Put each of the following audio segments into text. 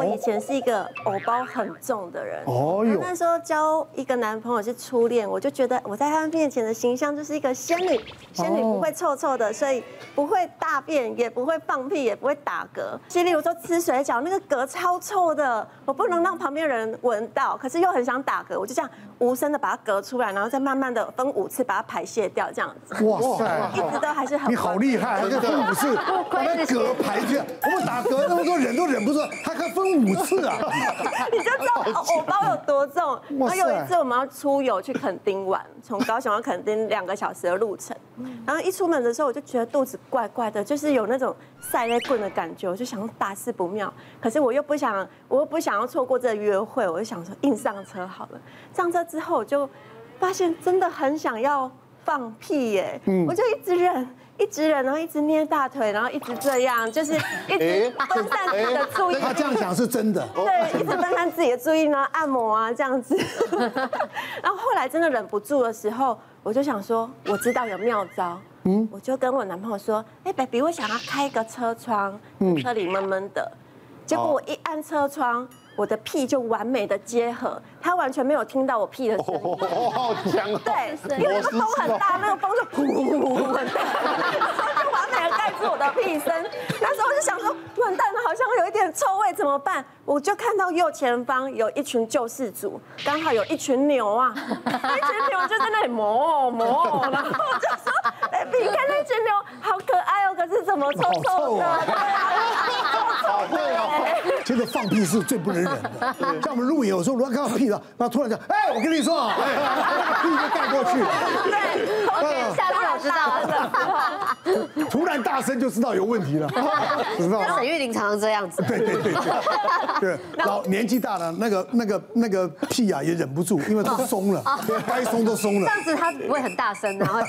我以前是一个偶包很重的人， 哦哟， 那时候交一个男朋友是初恋，我就觉得我在他面前的形象就是一个仙女，仙女不会臭臭的，所以不会大便，也不会放屁，也不会打嗝。例如说吃水饺，那个嗝超臭的，我不能让旁边人闻到，可是又很想打嗝，我就这样无声的把它嗝出来，然后再慢慢的分5次把它排泄掉，这样子。 哇塞， 一直都还是很。 你好厉害，还可以分5次，把那嗝排掉。我们打嗝那么多人都忍不住，还可以分5次啊！ 你就知道偶包有多重。然后有一次我们要出游去垦丁玩，从高雄到垦丁2个小时的路程，然后一出门的时候我就觉得肚子怪怪的，就是有那种塞雷棍的感觉，我就想大事不妙，可是我又不想要错过这个约会，我就想说硬上车好了。上车之后我就发现真的很想要放屁耶，我就一直忍，然后一直捏大腿，然后一直这样，就是一直分散自己的注意力。 他这样讲是真的， 对，一直分散自己的注意，然后按摩啊这样子。然后后来真的忍不住的时候，我就想说，我知道有妙招，我就跟我男朋友说，哎，baby， 我想要开一个车窗，车里闷闷的。结果我一按车窗，我的屁就完美的结合，他完全没有听到我屁的声音。 好强哦！ 对，因为那个风很大，那个风就噗很大，就完美的盖住我的屁声。那时候我就想说，完蛋了，好像有一点臭味，怎么办？我就看到右前方有一群救世主，刚好有一群牛啊，那群牛就在那里磨，然后我就说，哎，你看那群牛好可爱哦，可是怎么臭臭的？ 好会哦！ 其实放屁是最不能忍的。像我们录影有时候，如果看到屁了，然后突然讲，哎，我跟你说啊，屁就盖过去。 对，OK，下次我知道了。 突然大声就知道有问题了，知道吗？ 沈玉琳常常这样子。 对，年纪大了，那个屁啊也忍不住，因为都松了，该松都松了。 这样子他不会很大声，然后。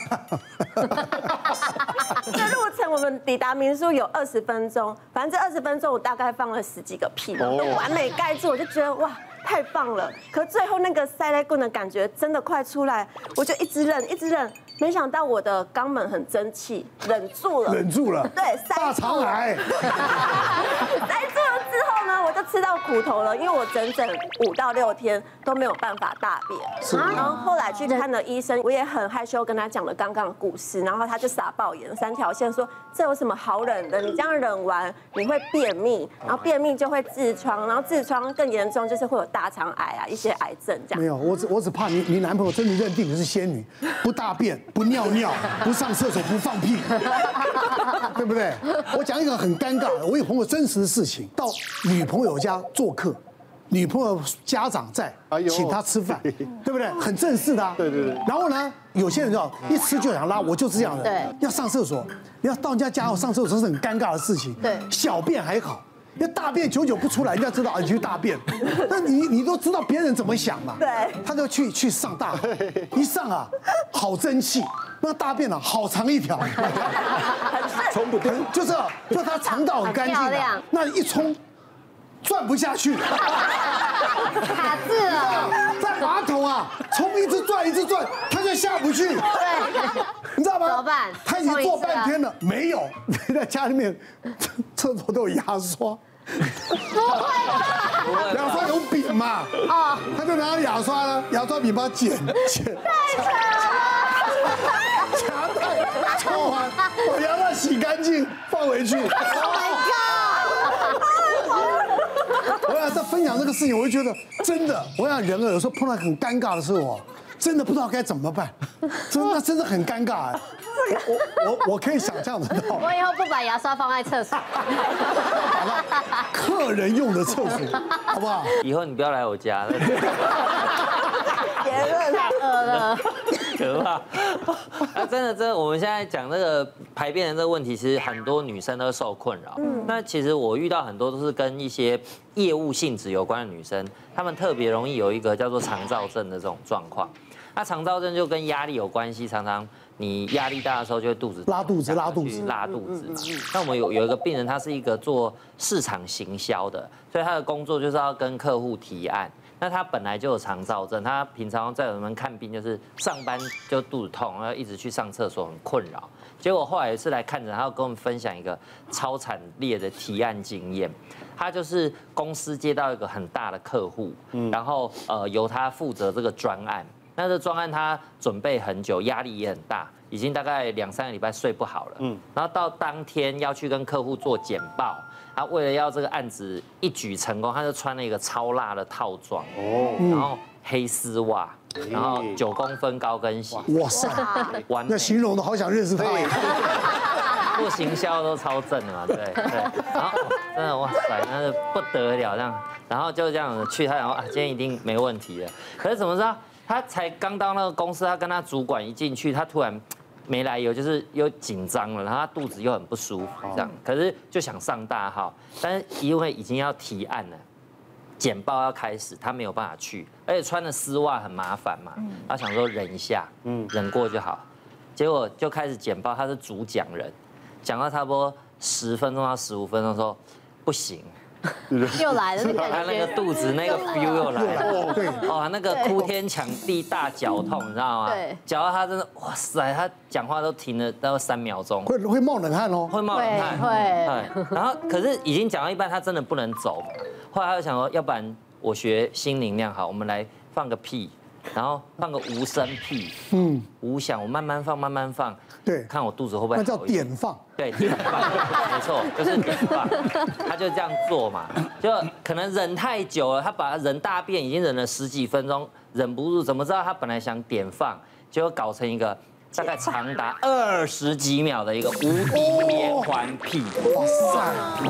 这路程我们抵达民宿有20分钟，反正这20分钟我大概放了10几个屁，都完美盖住，我就觉得哇太棒了。可最后那个塞雷棍的感觉真的快出来，我就一直忍，没想到我的肛门很争气，忍住了，对， 大肠癌。 塞住了之后呢，我就吃到苦头了，因为我整整5到6天都没有办法大便。然后后来去看了医生，我也很害羞跟他讲了刚刚的故事，然后他就傻爆眼，3条线说这有什么好忍的？你这样忍完你会便秘，然后便秘就会痔疮，然后痔疮更严重就是会有大肠癌啊，一些癌症这样。 没有，我只怕你男朋友真的认定你是仙女，不大便，不尿尿，不上厕所，不放屁，对不对？我讲一个很尴尬的，我有朋友真实的事情，到女朋友家做客，女朋友家长在，请他吃饭，对不对？很正式的啊。 对。 然后呢，有些人知道一吃就想拉，我就是这样的。 对。 要上厕所，你要到人家家后上厕所是很尴尬的事情。 对。 小便还好。因为大便久久不出来，人家知道你去大便，那你都知道别人怎么想嘛？ 对， 他就去上大号，一上啊，好争气，那大便啊，好长一条， 冲不掉， 就是他肠道很干净，那一冲转不下去， 卡字了， 在马桶啊，冲一直转，他就下不去， 对， 你知道吗？ 怎么办？ 他已经做半天了，没有，在家里面厕所都有牙刷。 不会吧？ 牙刷有柄嘛？哦，他就拿牙刷呢，牙刷柄把它剪， 太扯了！ 抽完，把牙刷洗干净，放回去。 Oh my god！ 我想在分享这个事情，我就觉得真的，我想人有时候碰到很尴尬的时候，真的不知道该怎么办，真的很尴尬哎。我可以想象得到。 我以后不把牙刷放在厕所， 客人用的厕所，好不好？ 以后你不要来我家了。 结论太恶了， 可怕。那真的，我们现在讲这个排便的这个问题，其实很多女生都受困扰。那其实我遇到很多都是跟一些业务性质有关的女生，她们特别容易有一个叫做肠躁症的这种状况。那肠躁症就跟压力有关系，常常你压力大的时候就会拉肚子嘛。那我们有一个病人，他是一个做市场行销的，所以他的工作就是要跟客户提案。 那他本来就有肠燥症，他平常在我们看病就是上班就肚子痛，然后一直去上厕所很困扰。结果后来有一次来看诊，他要跟我们分享一个超惨烈的提案经验。他就是公司接到一个很大的客户，然后由他负责这个专案。那这专案他准备很久，压力也很大，已经大概2、3个礼拜睡不好了。然后到当天要去跟客户做简报，他为了要这个案子一举成功，他就穿了一个超辣的套装，然后黑丝袜，然后9公分高跟鞋， 哇塞， 完美那形容的好想认识他。 做行销都超正的嘛，对，然后真的哇塞，那是不得了这样，然后就这样子去，他想说今天一定没问题了。可是怎么知道？他才刚到那个公司，他跟他主管一进去，他突然没来由，就是又紧张了，然后他肚子又很不舒服，这样，可是就想上大号，但是因为已经要提案了，简报要开始，他没有办法去，而且穿的丝袜很麻烦嘛，他想说忍一下，忍过就好，结果就开始简报，他是主讲人，讲到差不多10分钟到15分钟的时候，不行。 又来了， 他那个肚子那个 feel 又来了， 对， 哦，那个哭天抢地大绞痛，你知道吗？ 对， 绞到他真的，哇塞，他讲话都停了大概3秒钟， 会冒冷汗哦。 会冒冷汗， 会。 然后可是已经讲到一半，他真的不能走，后来他就想说，要不然我学心灵量好，我们来放个屁，然后放个无声屁，无响，我慢慢放，慢慢放， 对， 看我肚子会不会好一点。 那叫点放。 对，点放，没错，就是点放。他就这样做嘛，就可能忍太久了，他把忍大便已经忍了10几分钟，忍不住，怎么知道他本来想点放，结果搞成一个大概长达20几秒的一个无敌连环屁， 哇塞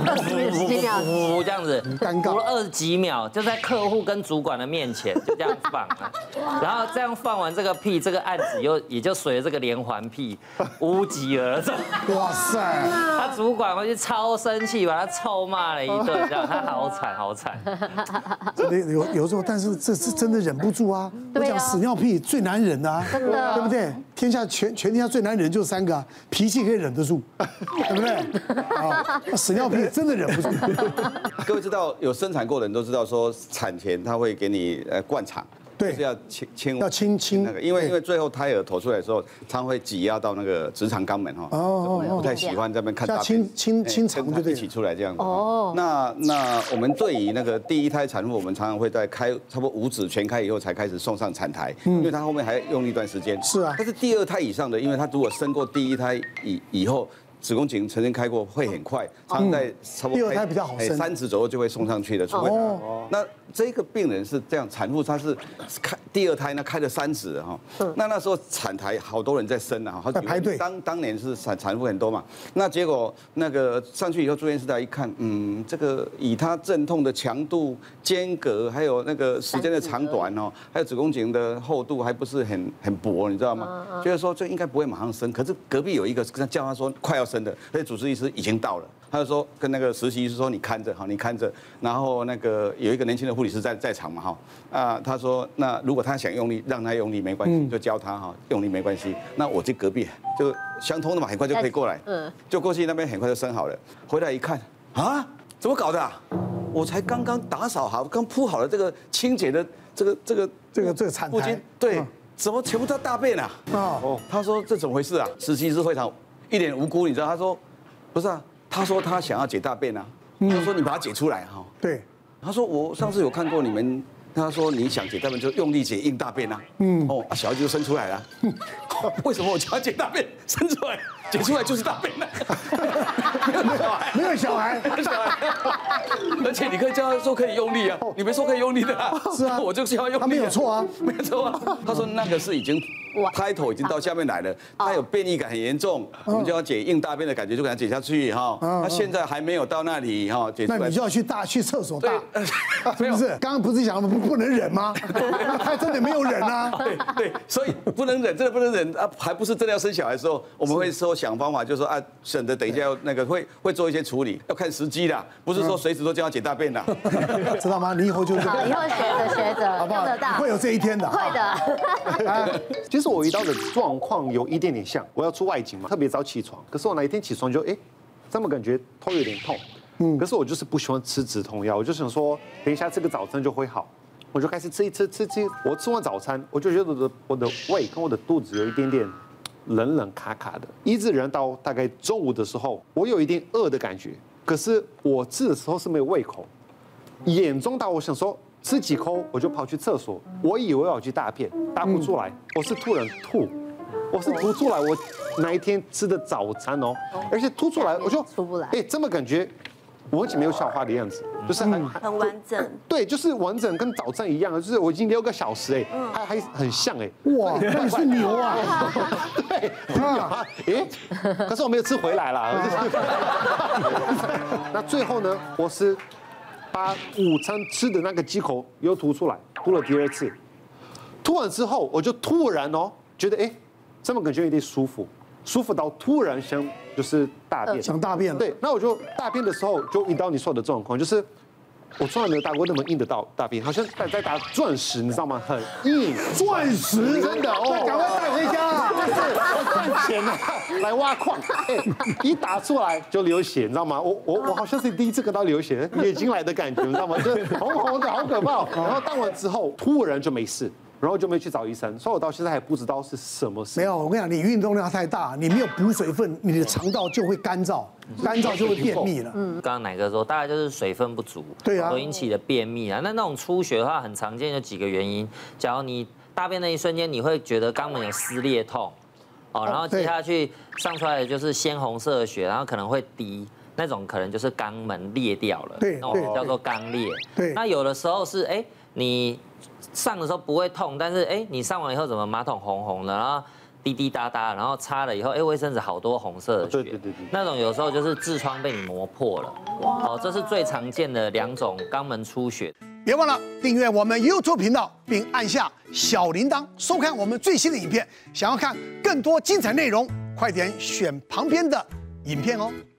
，20几秒， 这样子， 尴尬了20几秒，就在客户跟主管的面前就这样放了，然后这样放完这个屁，这个案子也就随着这个连环屁无疾而终。 哇塞， 他主管回去超生气，把他臭骂了一顿，这样他好惨好惨。 真的有时候，但是这是真的忍不住啊。我讲屎尿屁最难忍的啊， 真的， 对不对？天下全天下最难忍就3个啊，脾气可以忍得住，对不对？啊，屎尿屁真的忍不住。 各位知道有生产过的人都知道，说产前他会给你灌肠。 对， 就是要清那个，因为最后胎儿吐出来的时候，常会挤压到那个直肠肛门哈，不太喜欢在那边看大便，清肠就一起出来这样子。哦，那我们对于那个第一胎产妇，我们常常会在开差不多5指全开以后才开始送上产台，因为他后面还要用一段时间。 是啊， 但是第2胎以上的，因为他如果生过第1胎以后。子宫颈曾经开过，会很快，常在差不多第2胎比较好生 ，3指左右就会送上去的。除非那这个病人是这样，产妇她是开第2胎呢，开了3指哈。那时候产台好多人在生啊， 在排队。 当年是产妇很多嘛，那结果那个上去以后住院室来一看，这个以她阵痛的强度、间隔，还有那个时间的长短哦，还有子宫颈的厚度还不是很薄，你知道吗？就是说这应该不会马上生。可是隔壁有一个叫他说快要生的，而且主治医师已经到了，他就说跟那个实习医师说你看着好，你看着，然后那个有一个年轻的护理师在场嘛哈，他说那如果他想用力，让他用力没关系，就教他哈，用力没关系。那我这隔壁就相通的嘛，很快就可以过来，就过去那边很快就生好了，回来一看啊，怎么搞的啊？我才刚刚打扫好，刚铺好了这个清洁的这个产台， 对，怎么全部都大便啊？他说这怎么回事啊？实习医师非常一脸无辜，你知道？他说不是啊，他说他想要解大便啊，他说你把它解出来哈。 对， 他说我上次有看过你们，他说你想解大便就用力解硬大便啊。小孩就生出来了。为什么我想要解大便生出来？解出来就是大便了， 没有小孩， 而且你可以叫他说可以用力啊，你没说可以用力的啊， 是啊， 我就是要用力， 他没有错啊， 没有错啊，他说那个是已经胎头已经到下面来了，他有便秘感很严重，我们就要解硬大便的感觉，就给他解下去哈，他现在还没有到那里哈，解出来， 那你就要去厕所大， 是不是？刚刚不是讲不能忍吗？他真的没有忍啊， 对，所以不能忍，真的不能忍啊，还不是真的要生小孩的时候，我们会说想方法，就是说啊，省得等一下要那个会做一些处理，要看时机的，不是说随时都叫他解大便的， 知道吗？你以后就好，以后学着， 好不好？ 用得到， 会有这一天的， 会的。 其实我遇到的状况有一点点像，我要出外景嘛，特别早起床，可是我哪一天起床就怎么感觉头有点痛，可是我就是不喜欢吃止痛药，我就想说等一下这个早餐就会好， 我就开始吃。我吃完早餐，我就觉得我的胃跟我的肚子有一点点冷卡卡的，一直忍到大概中午的时候，我有一点饿的感觉，可是我吃的时候是没有胃口，严重到我想说吃几口我就跑去厕所，我以为我要去大便，大不出来，我是突然吐。我是吐出来，我那一天吃的早餐哦，而且吐出来我就出不来， 这么感觉完全没有消化的样子，就是很完整， 对，就是完整跟早餐一样，就是我已经6个小时还很像哇，那你是牛啊！ 对，可是我没有吃回来啦。那最后呢，我是把午餐吃的那个几口又吐出来，吐了第2次，吐完之后我就突然觉得这么感觉有点舒服到突然想就是大便， 想大便了。 对，那我就大便的时候就遇到你说的状况，就是我从来没有大过那么硬的大便，好像在打钻石，你知道吗？很硬， 钻石真的哦， 赶快带回家。 就是我赚钱啊，来挖矿，一打出来就流血，你知道吗？我好像是第一次看到流血，月经来的感觉，你知道吗？就是红红的，好可怕。然后当完之后，突然就没事。然后就没去找医生，所以我到现在还不知道是什么事。 没有，我跟你讲，你运动量太大，你没有补水分，你的肠道就会干燥，干燥就会便秘了。 刚刚乃哥说，大概就是水分不足， 对啊， 所引起的便秘啊。那种出血的话，很常见有几个原因。假如你大便那一瞬间，你会觉得肛门有撕裂痛，然后接下去上出来的就是鲜红色的血，然后可能会滴。那种可能就是肛门裂掉了， 对， 那种叫做肛裂。 对， 那有的时候是你上的时候不会痛，但是你上完以后怎么马桶红红的，然后滴滴答答，然后擦了以后，卫生纸好多红色的血， 对， 那种有时候就是痔疮被你磨破了，这是最常见的2种肛门出血。 别忘了订阅我们 YouTube 频道，并按下小铃铛，收看我们最新的影片。想要看更多精彩内容，快点选旁边的影片哦。